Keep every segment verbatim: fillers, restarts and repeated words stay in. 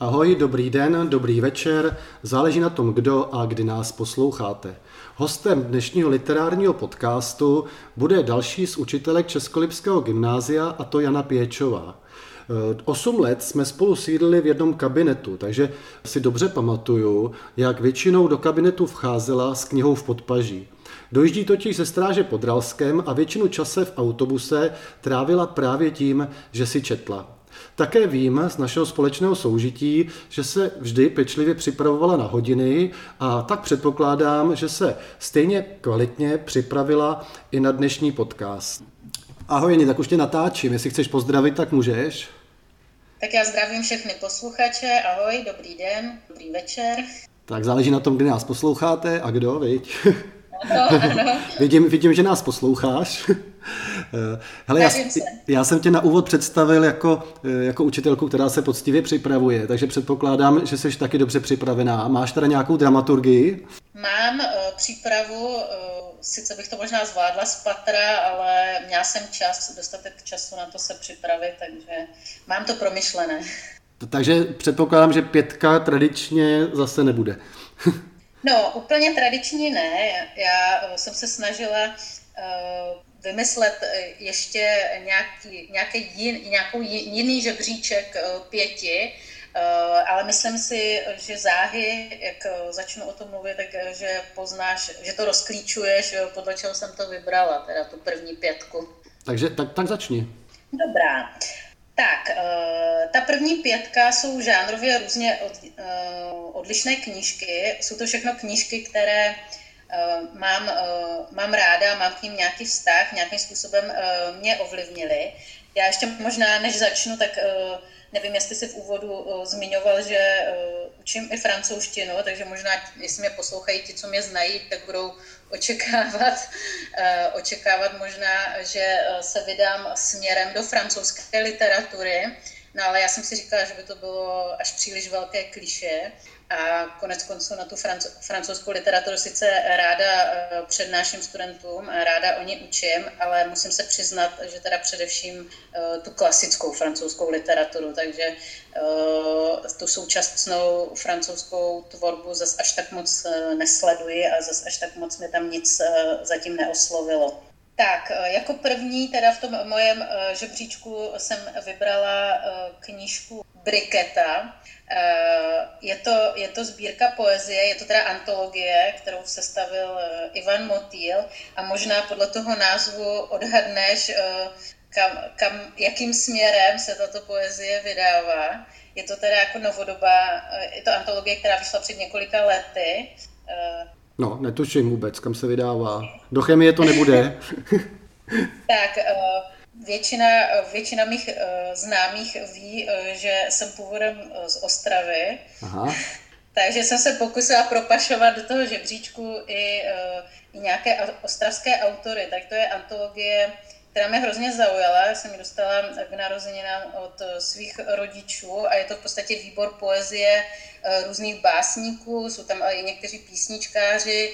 Ahoj, dobrý den, dobrý večer, záleží na tom, kdo a kdy nás posloucháte. Hostem dnešního literárního podcastu bude další z učitelek Českolipského gymnázia, a to Jana Pěčová. Osm let jsme spolu sídlili v jednom kabinetu, takže si dobře pamatuju, jak většinou do kabinetu vcházela s knihou v podpaží. Dojíždí totiž ze stráže pod Ralskem a většinu čase v autobuse trávila právě tím, že si četla. Také vím z našeho společného soužití, že se vždy pečlivě připravovala na hodiny a tak předpokládám, že se stejně kvalitně připravila i na dnešní podcast. Ahoj Jeni, tak už tě natáčím, jestli chceš pozdravit, tak můžeš. Tak já zdravím všechny posluchače, ahoj, dobrý den, dobrý večer. Tak záleží na tom, kdy nás posloucháte a kdo, viď? Ano, ano. vidím, vidím, že nás posloucháš. Hele, já, já jsem tě na úvod představil jako, jako učitelku, která se poctivě připravuje, takže předpokládám, že jsi taky dobře připravená. Máš teda nějakou dramaturgii? Mám uh, přípravu, uh, sice bych to možná zvládla z patra, ale měla jsem čas, dostatek času na to se připravit, takže mám to promyšlené. Takže předpokládám, že pětka tradičně zase nebude. No, úplně tradiční ne. Já jsem se snažila uh, vymyslet ještě nějaký, nějaký jin, nějakou jiný žebříček uh, pěti, uh, ale myslím si, že záhy, jak začnu o tom mluvit, tak že poznáš, že to rozklíčuješ, podle čeho jsem to vybrala, teda tu první pětku. Takže tak, tak začni. Dobrá. Tak, ta první pětka jsou žánrově různě od, odlišné knížky. Jsou to všechno knížky, které mám, mám ráda, mám k ním nějaký vztah, nějakým způsobem mě ovlivnily. Já ještě možná, než začnu, tak nevím, jestli jsi v úvodu zmiňoval, že učím i francouzštinu, takže možná, jestli mě poslouchají ti, co mě znají, tak budou očekávat, očekávat možná, že se vydám směrem do francouzské literatury. No ale já jsem si říkala, že by to bylo až příliš velké klišé. A konec konců na tu francouzskou literaturu sice ráda přednáším studentům, ráda o ní učím, ale musím se přiznat, že teda především tu klasickou francouzskou literaturu, takže tu současnou francouzskou tvorbu zas až tak moc nesleduji a zas až tak moc mi tam nic zatím neoslovilo. Tak, jako první teda v tom mojem žebříčku jsem vybrala knížku Briketa. Je to, je to sbírka poezie, je to teda antologie, kterou sestavil Ivan Motýl a možná podle toho názvu odhadneš, kam, kam, jakým směrem se tato poezie vydává. Je to teda jako novodobá, je to antologie, která vyšla před několika lety. No, netuším vůbec, kam se vydává. Do chemie to nebude. Tak, většina, většina mých známých ví, že jsem původem z Ostravy. Aha. Takže jsem se pokusila propašovat do toho žebříčku i, i nějaké ostravské autory. Tak to je antologie, která mě hrozně zaujala. Já jsem ji dostala k narozeninám od svých rodičů a je to v podstatě výbor poezie různých básníků. Jsou tam i někteří písničkáři,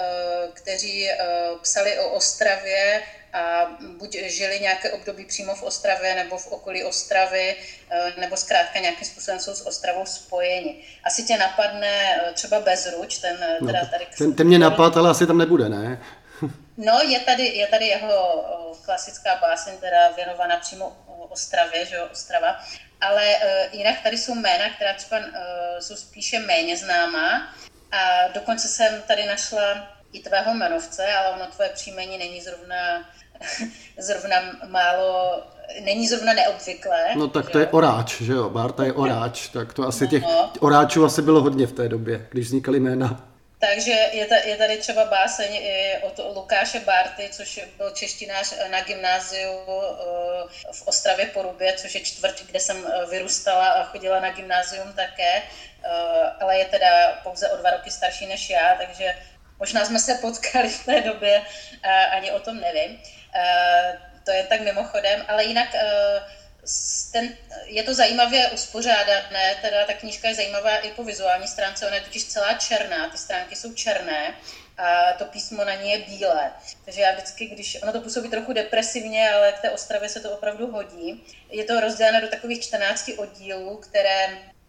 kteří psali o Ostravě a buď žili nějaké období přímo v Ostravě nebo v okolí Ostravy, nebo zkrátka nějakým způsobem jsou s Ostravou spojeni. Asi tě napadne třeba Bezruč, ten teda tady... Ten, ten mě napadl, ale asi tam nebude, ne? No, je tady, je tady jeho klasická báseň, teda věnovaná přímo Ostravě, že jo, Ostrava. Ale uh, jinak tady jsou jména, která třeba uh, jsou spíše méně známá. A dokonce jsem tady našla i tvého jmenovce, ale ono tvoje příjmení není zrovna, zrovna málo, není zrovna neobvyklé. No tak to je Oráč, že jo, Bárta je Oráč, tak to asi no, těch Oráčů asi bylo hodně v té době, když vznikaly jména. Takže je, ta, je tady třeba báseň i od Lukáše Bárty, což byl češtinář na gymnáziu v Ostravě Porubě, což je čtvrť, kde jsem vyrůstala a chodila na gymnázium také, ale je teda pouze o dva roky starší než já, takže možná jsme se potkali v té době, ani o tom nevím. To je tak mimochodem, ale jinak ten, je to zajímavě uspořádané, teda ta knížka je zajímavá i po vizuální stránce, ona je totiž celá černá, ty stránky jsou černé a to písmo na ní je bílé. Takže já vždycky, když, ono to působí trochu depresivně, ale k té Ostravě se to opravdu hodí. Je to rozdělené do takových čtrnácti oddílů, které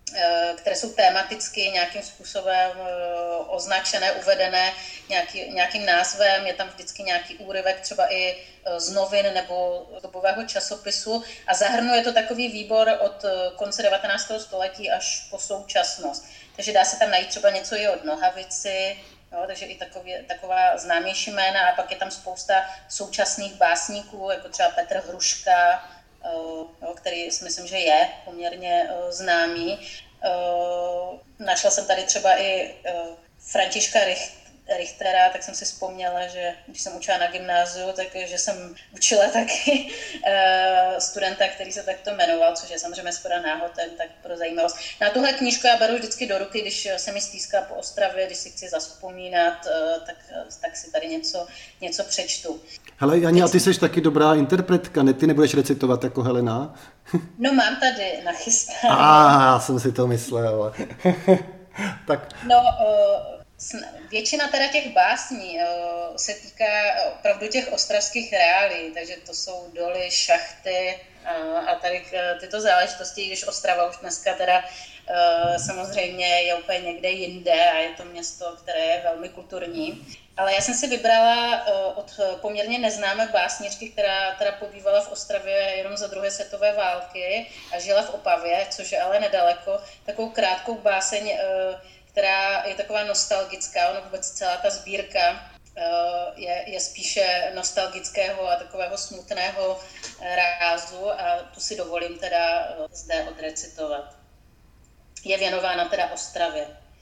které jsou tematicky nějakým způsobem označené, uvedené nějaký, nějakým názvem. Je tam vždycky nějaký úryvek třeba i z novin nebo dobového časopisu a zahrnuje to takový výbor od konce devatenáctého století až po současnost. Takže dá se tam najít třeba něco i od Nohavici, jo, takže i takový, taková známější jména a pak je tam spousta současných básníků, jako třeba Petr Hruška, jo, který si myslím, že je poměrně známý. Našla jsem tady třeba i Františka Richtera, tak jsem si vzpomněla, že když jsem učila na gymnáziu, takže jsem učila taky studenta, který se takto jmenoval, což je samozřejmě spoda náhodem, tak pro zajímavost. Na tuhle knížku já beru vždycky do ruky, když se mi stýská po Ostravě, když si chci zavzpomínat, tak, tak si tady něco, něco přečtu. Hele, Jani, a ty jsi taky dobrá interpretka, ne? Ty nebudeš recitovat jako Helena? No mám tady nachystáno. A já jsem si to myslel. Tak. No, větčina teda těch básní se týká opravdu těch ostravských reálí, takže to jsou doly, šachty a tady tyto záležitosti, když Ostrava už dneska teda samozřejmě je úplně někde jinde a je to město, které je velmi kulturní. Ale já jsem si vybrala od poměrně neznámé básničky, která teda pobývala v Ostravě jenom za druhé světové války a žila v Opavě, což je ale nedaleko, takovou krátkou báseň, která je taková nostalgická, ono vůbec celá ta sbírka je, je spíše nostalgického a takového smutného rázu a tu si dovolím teda zde odrecitovat. Je věnována teda Ostravě.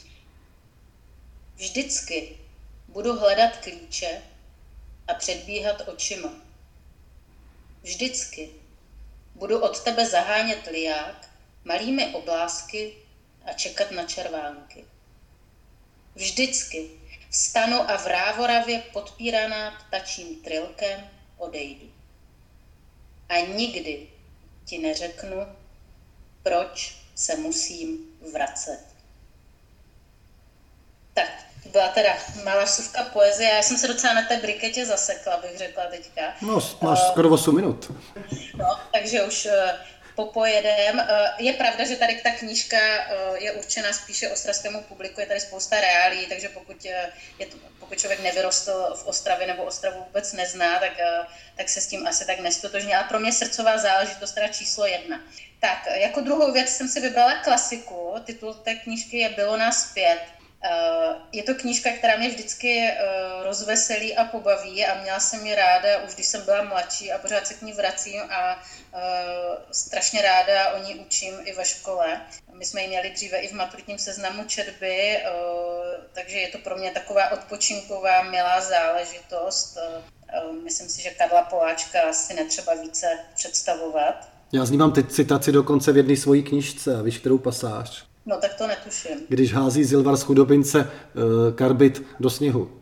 Vždycky budu hledat klíče a předbíhat očima. Vždycky budu od tebe zahánět liják malými oblásky a čekat na červánky. Vždycky vstanu a v rávoravě podpíraná ptačím trilkem odejdu. A nikdy ti neřeknu, proč se musím vracet. Tak, to byla teda malá vsuvka poezie. Já jsem se docela na té briketě zasekla, bych řekla teďka. No, máš uh, skoro osm minut. No, takže už uh, popojedem. Uh, je pravda, že tady ta knížka uh, je určena spíše ostravskému publiku, je tady spousta reálí, takže pokud, uh, je to, pokud člověk nevyrostl v Ostravě nebo Ostravu vůbec nezná, tak, uh, tak se s tím asi tak nestotožní. Ale pro mě srdcová záležitost teda číslo jedna. Tak, jako druhou věc jsem si vybrala klasiku. Titul té knížky je Bylo nás pět. Je to knížka, která mě vždycky rozveselí a pobaví a měla jsem ji ráda už když jsem byla mladší a pořád se k ní vracím a strašně ráda o ní učím i ve škole. My jsme ji měli dříve i v maturitním seznamu četby, takže je to pro mě taková odpočinková, milá záležitost. Myslím si, že Karla Poláčka si netřeba více představovat. Já z ní mám teď citaci dokonce v jedné svojí knížce, a víš, kterou pasáž? No tak to netuším. Když hází Zilvar z Chudobince uh, karbid do sněhu.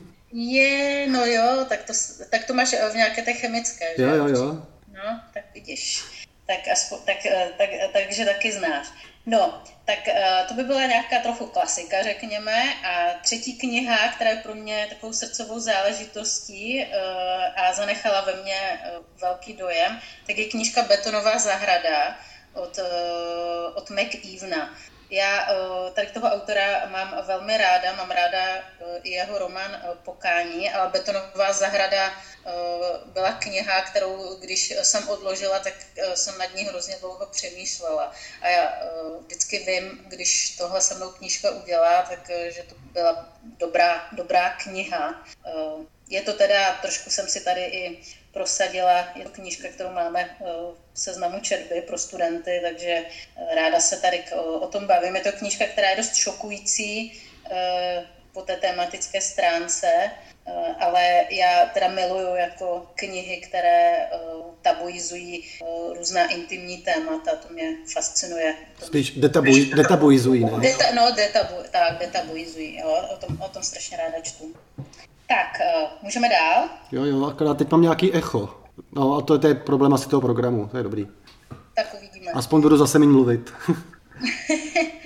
Je, no jo, tak to, tak to máš v nějaké té chemické, že? Jo, jo, jo. No, tak vidíš. Tak, aspoň, tak, tak, takže taky znáš. No, tak to by byla nějaká trochu klasika, řekněme. A třetí kniha, která je pro mě takovou srdcovou záležitostí a zanechala ve mně velký dojem, tak je knížka Betonová zahrada od, od McEvena. Já tady toho autora mám velmi ráda, mám ráda i jeho román Pokání, ale Betonová zahrada byla kniha, kterou když jsem odložila, tak jsem nad ní hrozně dlouho přemýšlela. A já vždycky vím, když tohle se mnou knížka udělá, tak že to byla dobrá, dobrá kniha. Je to teda, trošku jsem si tady i prosadila, je to knížka, kterou máme v seznamu četby pro studenty, takže ráda se tady o tom bavím. Je to knížka, která je dost šokující po té tematické stránce, ale já teda miluju jako knihy, které tabuizují různá intimní témata, to mě fascinuje. Spíš detabuj, detabuizují, ne? Deta, no, detabu, tak, detabuizují, jo, o tom, o tom strašně ráda čtu. Tak, můžeme dál? Jo, jo, akorát teď mám nějaký echo. No a to je, to je problém asi toho programu, to je dobrý. Tak uvidíme. Aspoň budu zase méně mluvit.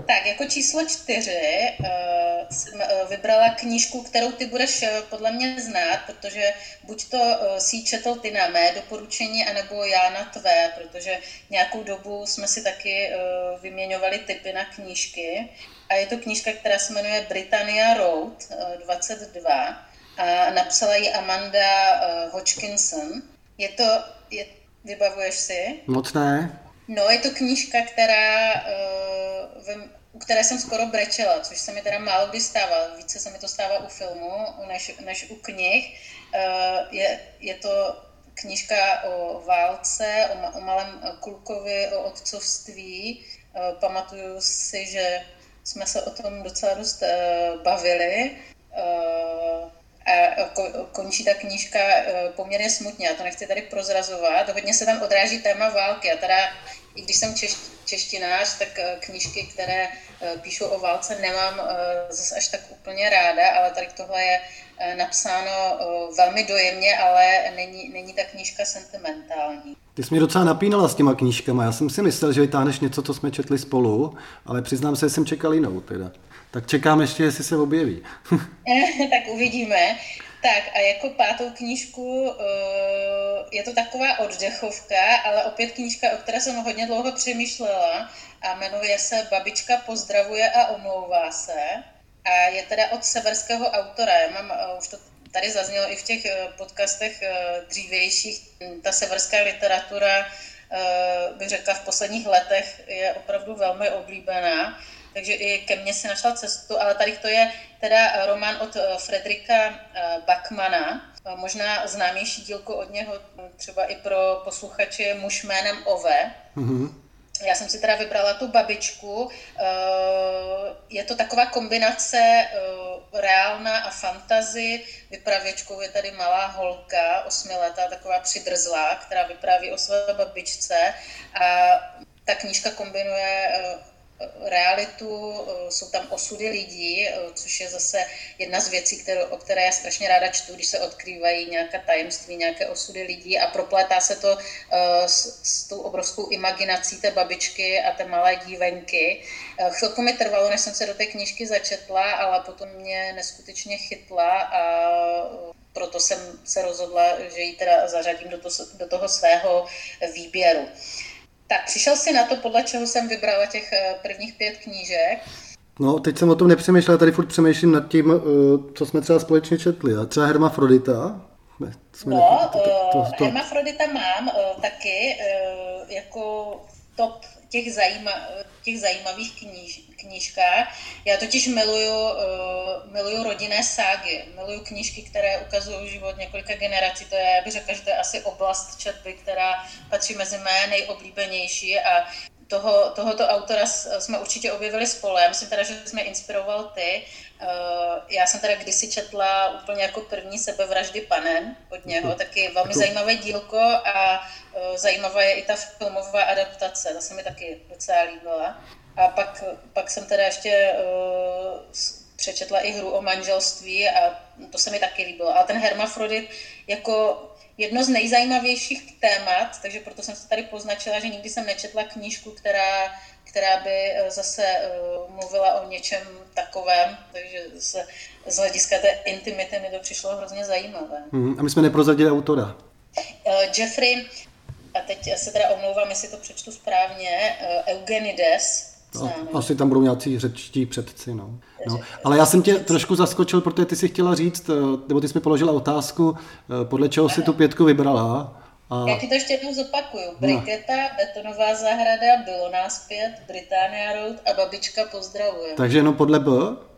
tak, jako číslo čtyři uh, jsem uh, vybrala knížku, kterou ty budeš uh, podle mě znát, protože buď to uh, si ji četl ty na mé doporučení, anebo já na tvé, protože nějakou dobu jsme si taky uh, vyměňovali tipy na knížky. A je to knížka, která se jmenuje Britannia Road uh, dvacet dva a napsala ji Amanda uh, Hodgkinson. Je to, je, vybavuješ si? Moc ne. No, je to knížka, která, uh, vím, u které jsem skoro brečela, což se mi teda málo kdy stává. Více se mi to stává u filmu, než, než u knih. Uh, je, je to knížka o válce, o, ma, o malém klukovi, o otcovství. Uh, pamatuju si, že jsme se o tom docela dost uh, bavili. Uh, a končí ta knížka poměrně smutně, já to nechci tady prozrazovat, hodně se tam odráží téma války a teda, i když jsem češ, češtinář, tak knížky, které píšou o válce, nemám zase až tak úplně ráda, ale tady tohle je napsáno velmi dojemně, ale není, není ta knížka sentimentální. Ty jsi mě docela napínala s těma knížkama, já jsem si myslel, že vytáhneš něco, co jsme četli spolu, ale přiznám se, že jsem čekal jinou teda. Tak čekám ještě, jestli se objeví. Tak uvidíme. Tak a jako pátou knížku je to taková oddechovka, ale opět knížka, o které jsem hodně dlouho přemýšlela a jmenuje se Babička pozdravuje a omlouvá se. A je teda od severského autora. Já mám, už to tady zaznělo i v těch podcastech dřívějších, ta severská literatura, bych řekla, v posledních letech je opravdu velmi oblíbená. Takže i ke mně si našla cestu, ale tady to je teda román od Fredrika Backmana, možná známější dílko od něho, třeba i pro posluchače, Muž jménem Ove. Mm-hmm. Já jsem si teda vybrala tu Babičku. Je to taková kombinace reálná a fantasy. Vypravěčkou je tady malá holka, osmiletá, taková přidrzlá, která vypráví o své babičce. A ta knížka kombinuje realitu, jsou tam osudy lidí, což je zase jedna z věcí, kterou, o které já strašně ráda čtu, když se odkrývají nějaká tajemství, nějaké osudy lidí a proplétá se to uh, s, s tou obrovskou imaginací té babičky a té malé dívenky. Uh, chvilku mi trvalo, než jsem se do té knížky začetla, ale potom mě neskutečně chytla a proto jsem se rozhodla, že ji teda zařadím do, to, do toho svého výběru. Tak, přišel jsi na to, podle čeho jsem vybrala těch prvních pět knížek? No, teď jsem o tom nepřemýšlel, tady furt přemýšlím nad tím, co jsme třeba společně četli. A třeba Hermafrodita? Jsme no, to, to, to, to... Hermafrodita mám taky jako top těch, zajíma, těch zajímavých kníž, knížkách. Já totiž miluju, uh, miluju rodinné ságy, miluju knížky, které ukazují život několika generací. To je, já bych řekla, že to je asi oblast četby, která patří mezi mé nejoblíbenější a toho, tohoto autora jsme určitě objevili spolu. Já myslím teda, že jsme inspiroval ty. Já jsem teda kdysi četla úplně jako první Sebevraždy panen od něho, taky velmi zajímavé dílko a zajímavá je i ta filmová adaptace, ta se mi taky docela líbila. A pak, pak jsem teda ještě uh, přečetla i Hru o manželství a to se mi taky líbilo. Ale ten Hermafrodit jako jedno z nejzajímavějších témat, takže proto jsem se tady poznačila, že nikdy jsem nečetla knížku, která, která by zase uh, mluvila o něčem takovém, takže zase z hlediska té intimity mi to přišlo hrozně zajímavé. Hmm, a my jsme neprozradili autora. Uh, Jeffrey, a teď se teda omlouvám, jestli to přečtu správně, uh, Eugenides. No, asi tam budou nějací řečtí předci, no. no. Ale já jsem tě trošku zaskočil, protože ty si chtěla říct, nebo ty jsi mi položila otázku, podle čeho si tu pětku vybrala. A... Já ti to ještě jednou zopakuju. Briketa, no. Betonová zahrada, Bylo nás pět, Britannia Road a Babička pozdravuje. Takže jenom podle B?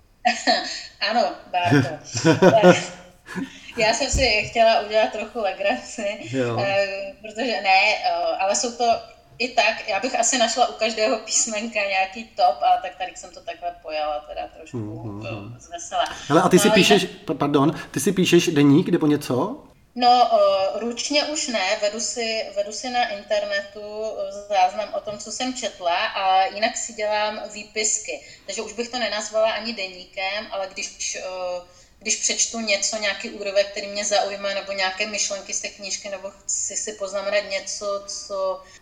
Ano, Bárto. Já jsem si chtěla udělat trochu legraci, protože ne, ale jsou to i tak, já bych asi našla u každého písmenka nějaký top, ale tak tady jsem to takhle pojala, teda trošku mm-hmm. zvesela. Hele, a ty si no, píšeš, já... pardon, ty si píšeš deník nebo něco? No, uh, ručně už ne, vedu si, vedu si na internetu záznam o tom, co jsem četla a jinak si dělám výpisky. Takže už bych to nenazvala ani deníkem, ale když, uh, když přečtu něco, nějaký úryvek, který mě zaujme, nebo nějaké myšlenky z té knížky, nebo chci si poznamenat něco, co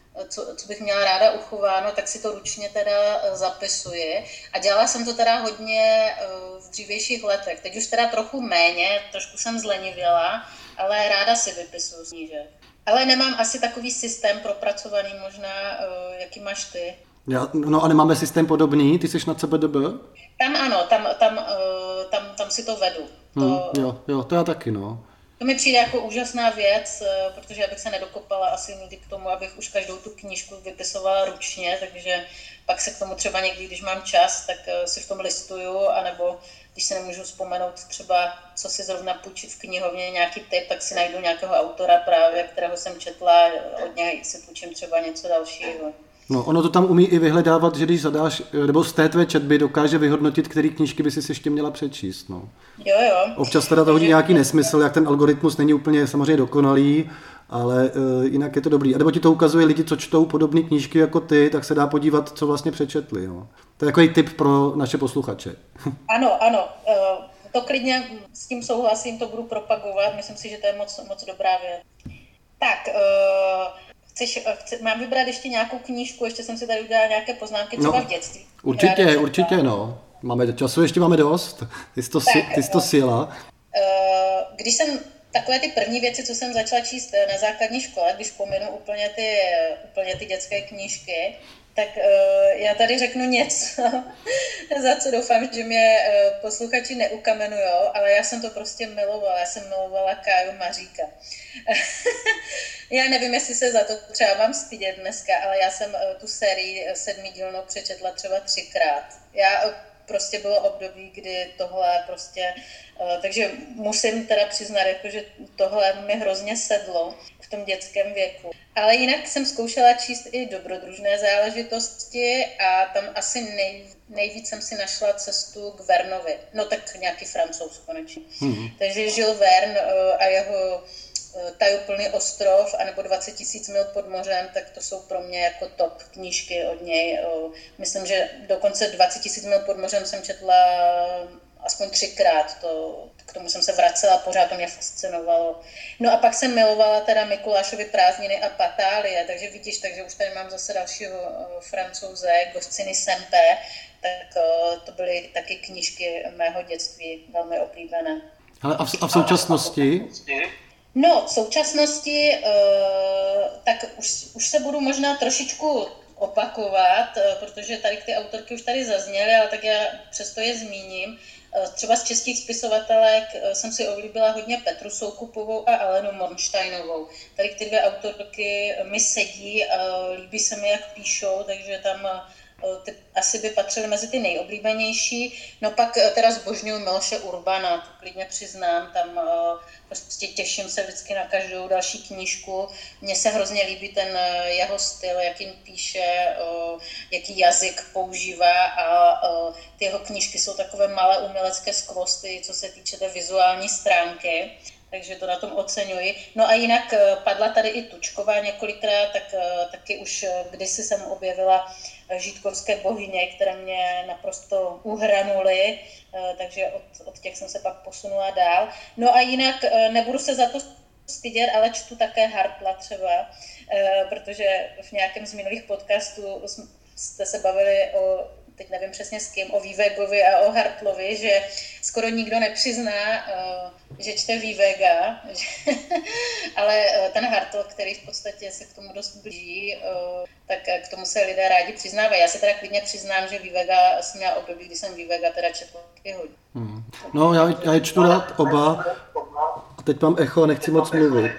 co, co bych měla ráda uchováno, tak si to ručně teda zapisuji. A dělala jsem to teda hodně v dřívějších letech. Teď už teda trochu méně, trošku jsem zlenivěla, ale ráda si vypisuju snížek. Ale nemám asi takový systém propracovaný možná, jaký máš ty. Já, no a nemáme systém podobný? Ty jsi na C B D B? Tam ano, tam, tam, tam, tam si to vedu. To, hmm, jo, jo, to já taky, no. To mi přijde jako úžasná věc, protože já bych se nedokopala asi nikdy k tomu, abych už každou tu knížku vypisovala ručně, takže pak se k tomu třeba někdy, když mám čas, tak si v tom listuju, anebo když se nemůžu vzpomenout třeba, co si zrovna půjčit v knihovně, nějaký tip, tak si najdu nějakého autora právě, kterého jsem četla, od něj si půjčím třeba něco dalšího. No, ono to tam umí i vyhledávat, že když zadáš, nebo z té tvé četby dokáže vyhodnotit, který knížky by si ještě měla přečíst, no. Jo, jo. Občas teda to hodí nějaký nesmysl, jak ten algoritmus není úplně samozřejmě dokonalý, ale uh, jinak je to dobrý. A nebo ti to ukazuje lidi, co čtou podobné knížky jako ty, tak se dá podívat, co vlastně přečetli, no. To je takový tip pro naše posluchače. Ano, ano. Uh, to klidně s tím souhlasím, to budu propagovat. Myslím si, že to je moc, moc dobrá věc. Tak, uh, Chceš, chce, mám vybrat ještě nějakou knížku, ještě jsem si tady udělala nějaké poznámky, třeba no, v dětství. Určitě, určitě, no. Máme času, ještě máme dost. Ty jsi to, tak, si, ty jsi to sjela. Když jsem takové ty první věci, co jsem začala číst na základní škole, když pominu úplně ty, úplně ty dětské knížky, tak uh, já tady řeknu něco, za co doufám, že mě uh, posluchači neukamenujou, ale já jsem to prostě milovala, já jsem milovala Káju Maříka. Já nevím, jestli se za to třeba mám stydět dneska, ale já jsem uh, tu sérii sedmidílnou přečetla třeba třikrát. Já uh, prostě bylo období, kdy tohle prostě, uh, takže musím teda přiznat, jako, že tohle mi hrozně sedlo v tom dětském věku. Ale jinak jsem zkoušela číst i dobrodružné záležitosti a tam asi nej, nejvíc jsem si našla cestu k Vernovi. No tak nějaký Francouz konečně. Mm-hmm. Takže Jules Verne a jeho Tajuplný ostrov anebo dvacet tisíc mil pod mořem, tak to jsou pro mě jako top knížky od něj. Myslím, že dokonce dvacet tisíc mil pod mořem jsem četla aspoň třikrát, to, k tomu jsem se vracela, pořád to mě fascinovalo. No a pak jsem milovala teda Mikulášovy prázdniny a Patálie, takže vidíš, takže už tady mám zase dalšího uh, Francouze, Gosciny Sempe, tak uh, to byly taky knížky mého dětství velmi oblíbené. Ale a v, a v současnosti? No, v současnosti uh, tak už, už se budu možná trošičku opakovat, uh, protože tady ty autorky už tady zazněly, ale tak já přesto je zmíním. Třeba z českých spisovatelek jsem si oblíbila hodně Petru Soukupovou a Alenu Mornsteinovou. Tady ty dvě autorky mi sedí, líbí se mi, jak píšou, takže tam ty asi by patřily mezi ty nejoblíbenější. No pak teda zbožňuju Miloše Urbana, to klidně přiznám, tam prostě těším se vždycky na každou další knížku. Mně se hrozně líbí ten jeho styl, jakým píše, jaký jazyk používá a ty jeho knížky jsou takové malé umělecké skvosty, co se týče té vizuální stránky. Takže to na tom oceňuji. No a jinak padla tady i Tučková několikrát, tak taky už kdysi jsem objevila Žítkovské bohyně, které mě naprosto uhranuly, takže od, od těch jsem se pak posunula dál. No a jinak nebudu se za to stydět, ale čtu také Hartla třeba, protože v nějakém z minulých podcastů jste se bavili o, teď nevím přesně s kým, o Vývegovi a o Hartlovi, že skoro nikdo nepřizná, že čte Vývega, ale ten Hartl, který v podstatě se k tomu dost blíží, tak k tomu se lidé rádi přiznávají. Já se teda klidně přiznám, že Vývega jsem měla období, kdy jsem Vývega teda četla i hodně. Hmm. No, já, já je čtu rád oba a teď mám echo a nechci moc mluvit.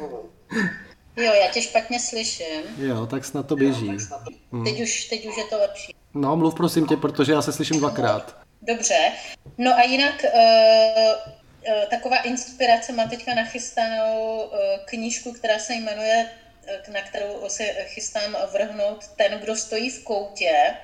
Jo, já tě špatně slyším. Jo, tak snad to běží. Hmm. Teď už, teď už je to lepší. No, mluv prosím tě, protože já se slyším dvakrát. Dobře. No a jinak uh, uh, taková inspirace má teďka nachystanou uh, knížku, která se jmenuje, na kterou se chystám vrhnout Ten, kdo stojí v koutě.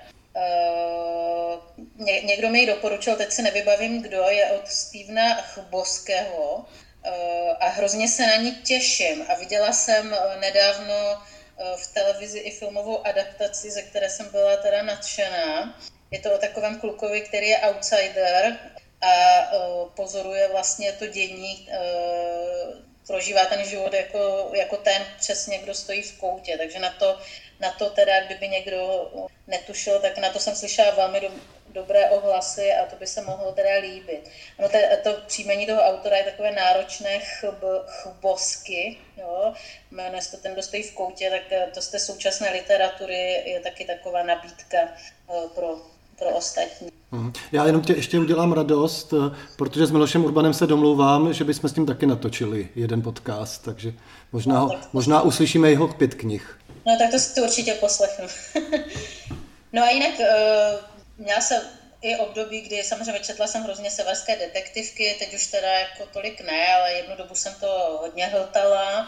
Uh, ně, někdo mi ji doporučil, teď si nevybavím kdo, je od Stevena Chboskeho uh, a hrozně se na ní těším. A viděla jsem uh, nedávno v televizi i filmovou adaptaci, ze které jsem byla teda nadšená. Je to o takovém klukovi, který je outsider a uh, pozoruje vlastně to dění uh, prožívá ten život jako, jako ten přesně, kdo stojí v koutě. Takže na to, na to teda, kdyby někdo netušil, tak na to jsem slyšela velmi do, dobré ohlasy a to by se mohlo teda líbit. No to, to příjmení toho autora je takové náročné chb, chbosky, jo. Jmenuje se to Ten, kdo stojí v koutě, tak to z té současné literatury je taky taková nabídka pro, pro ostatní. Já jenom tě ještě udělám radost, protože s Milošem Urbanem se domlouvám, že bychom s tím taky natočili jeden podcast, takže možná, no, tak možná uslyšíme jeho pět knih. No tak to si určitě poslechnu. No a jinak měla jsem i období, kdy samozřejmě četla jsem hrozně severské detektivky, teď už teda jako tolik ne, ale jednu dobu jsem to hodně hltala.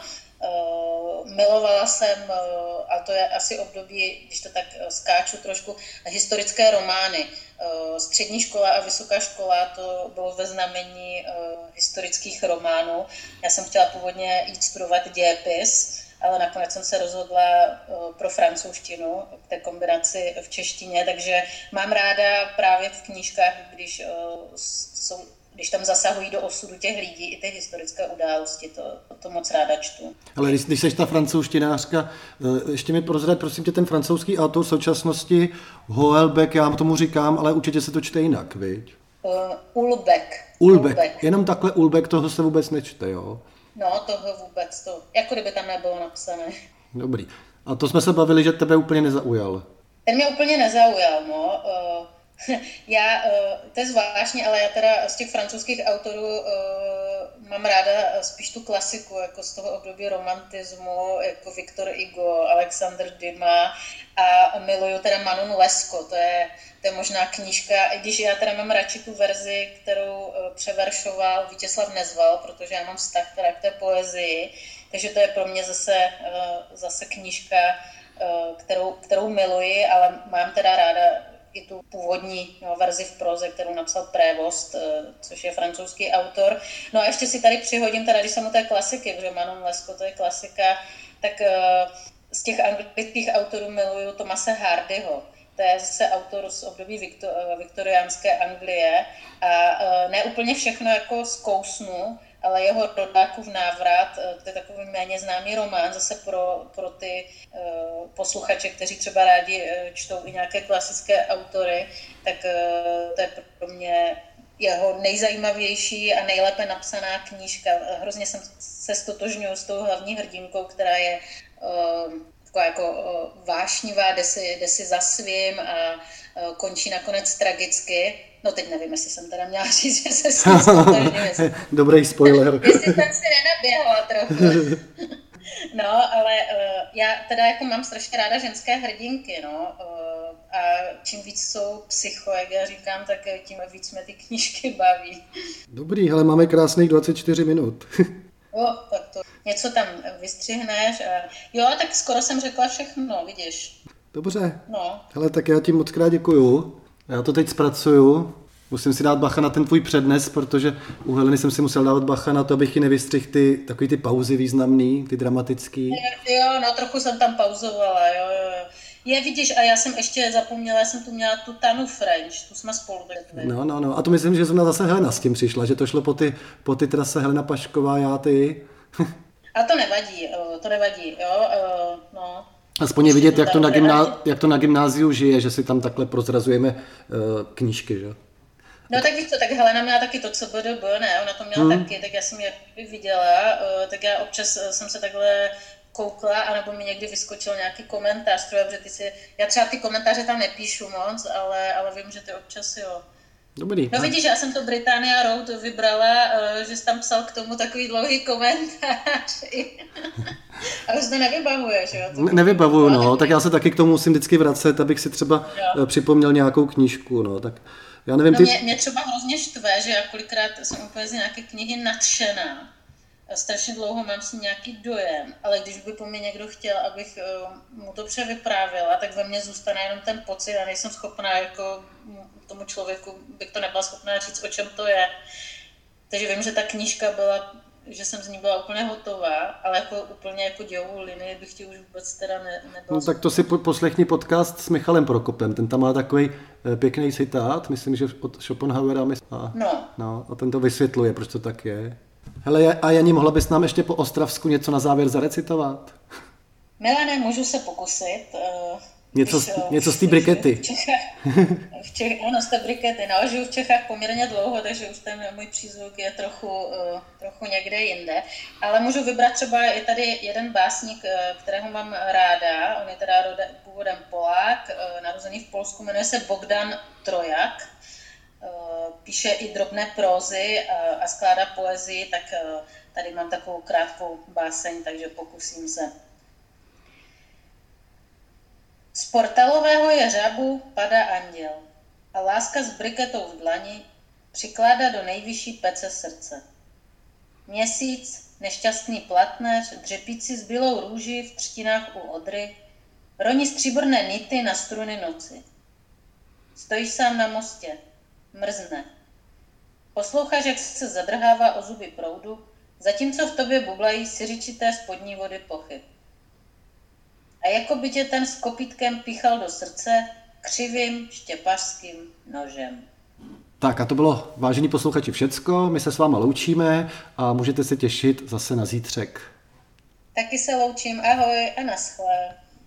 Uh, milovala jsem, uh, a to je asi období, když to tak uh, skáču trošku, historické romány. Uh, střední škola a vysoká škola, to bylo ve znamení uh, historických románů. Já jsem chtěla původně jít studovat dějepis, ale nakonec jsem se rozhodla uh, pro francouzštinu, k té kombinaci v češtině, takže mám ráda právě v knížkách, když uh, jsou když tam zasahují do osudu těch lidí i ty historické události, to, to moc ráda čtu. Ale když, když seš ta francouzštinářka, ještě mi prozrať, prosím tě, ten francouzský autor v současnosti, Houellebecq, já tomu říkám, ale určitě se to čte jinak, viď? Uh, Ulbeck. Ulbeck. Ulbeck. Jenom takhle Ulbeck, toho se vůbec nečte, jo? No, toho vůbec, to, jako kdyby tam nebylo napsané. Dobrý. A to jsme se bavili, že tebe úplně nezaujal. Ten mě úplně nezaujal, no. Uh, Já, to je zvláštní, ale já teda z těch francouzských autorů uh, mám ráda spíš tu klasiku, jako z toho období romantismu, jako Victor Hugo, Alexandre Dumas a miluju teda Manon Lescaut, to je, to je možná knížka, i když já teda mám radši tu verzi, kterou uh, převeršoval Vítězslav Nezval, protože já mám vztah teda k té poezii, takže to je pro mě zase, uh, zase knížka, uh, kterou, kterou miluji, ale mám teda ráda i tu původní no, verzi v proze, kterou napsal Prévost, což je francouzský autor. No a ještě si tady přihodím, teda, když jsem u té klasiky, protože Manon Lescaut to je klasika, tak uh, z těch anglických autorů miluju Thomase Hardyho. To je zase autor z období viktor, viktoriánské Anglie a uh, ne úplně všechno jako zkousnu, ale jeho Rodákův návrat, to je takový méně známý román, zase pro, pro ty uh, posluchače, kteří třeba rádi uh, čtou i nějaké klasické autory, tak uh, to je pro mě jeho nejzajímavější a nejlépe napsaná knížka. Hrozně jsem se stotožňuji s tou hlavní hrdinkou, která je uh, taková jako uh, vášnivá, jde si, jde si za svým a uh, končí nakonec tragicky. No teď nevím, jestli jsem teda měla říct, že se s tím stotožňuji. Dobrý spoiler. Jestli jsem si nenaběhla trochu. No, ale uh, já teda jako mám strašně ráda ženské hrdinky, no. Uh, a čím víc jsou psycho, jak já říkám, tak tím víc mě ty knížky baví. Dobrý, hele, máme krásných dvacet čtyři minut. Jo, tak to něco tam vystřihneš a jo, tak skoro jsem řekla všechno, vidíš. Dobře. No. Hele, tak já ti moc krát děkuju. Já to teď zpracuju. Musím si dát bacha na ten tvůj přednes, protože u Heleny jsem si musel dávat bacha na to, abych ji nevystřihl ty takový ty pauzy významný, ty dramatický. Jo, no trochu jsem tam pauzovala, jo, jo, jo. Je, vidíš, a já jsem ještě zapomněla, já jsem tu měla tu Tanu French, tu jsme spolu vedli. No, no, no, a to myslím, že zrovna zase Helena s tím přišla, že to šlo po ty, po ty trase Helena Pašková, já ty. A to nevadí, to nevadí, jo, no. Aspoň je vidět, jak to, na gymná, jak to na gymnáziu žije, že si tam takhle prozrazujeme uh, knížky, že? No tak víš co, tak Helena měla taky to, co B D B, ne, ona to měla hmm. taky, tak já jsem ji viděla, uh, tak já občas jsem se takhle koukla, anebo mi někdy vyskočil nějaký komentář, třeba, protože ty si, já třeba ty komentáře tam nepíšu moc, ale, ale vím, že ty občas jo. Dobrý. No vidíš, já jsem to Britannia Road vybrala, že jsi tam psal k tomu takový dlouhý komentář. A už to nevybavuješ, jo? Ne, nevybavuju, no, tak já se taky k tomu musím vždycky vracet, abych si třeba jo. připomněl nějakou knížku, no, tak já nevím, no, ty... mě, mě třeba hrozně štve, že já kolikrát jsem úplně z nějaké knihy nadšená. Strašně dlouho mám si nějaký dojem, ale když by po mně někdo chtěl, abych uh, mu to převyprávěla, tak ve mně zůstane jenom ten pocit a nejsem schopná jako tomu člověku, bych to nebyla schopná říct, o čem to je. Takže vím, že ta knížka byla, že jsem z ní byla úplně hotová, ale jako úplně jako dějovou linii bych ti už vůbec teda ne, nebyla. No tak to si po, poslechni podcast s Michalem Prokopem, ten tam má takový e, pěkný citát, myslím, že od Schopenhauera. A, no. no. A ten to vysvětluje, proč to tak je. Hele, a Jani, mohla bys nám ještě po ostravsku něco na závěr zarecitovat? Milane, můžu se pokusit. Něco, Když, něco z té brikety. V Čechách, v Čech, ano, z té brikety. No, žiju v Čechách poměrně dlouho, takže už ten můj přízvuk je trochu, trochu někde jinde. Ale můžu vybrat třeba, je tady jeden básník, kterého mám ráda. On je teda původem Polák, narozený v Polsku, jmenuje se Bogdan Trojak. Píše i drobné prózy a skládá poezii, tak tady mám takovou krátkou báseň, takže pokusím se. Z portalového jeřabu padá anděl a láska s briketou v dlani přikládá do nejvyšší pece srdce. Měsíc, nešťastný platnéř, dřepící s bílou růží v třtinách u Odry, roní stříbrné nity na struny noci. Stojíš sám na mostě, mrzne. Posloucháš, jak se zadrhává o zuby proudu, zatímco v tobě bublají siřičité spodní vody pochyb. A jako by tě ten s kopítkem píchal do srdce křivým štěpařským nožem. Tak a to bylo, vážení posluchači, všecko. My se s váma loučíme a můžete se těšit zase na zítřek. Taky se loučím, ahoj a naschle.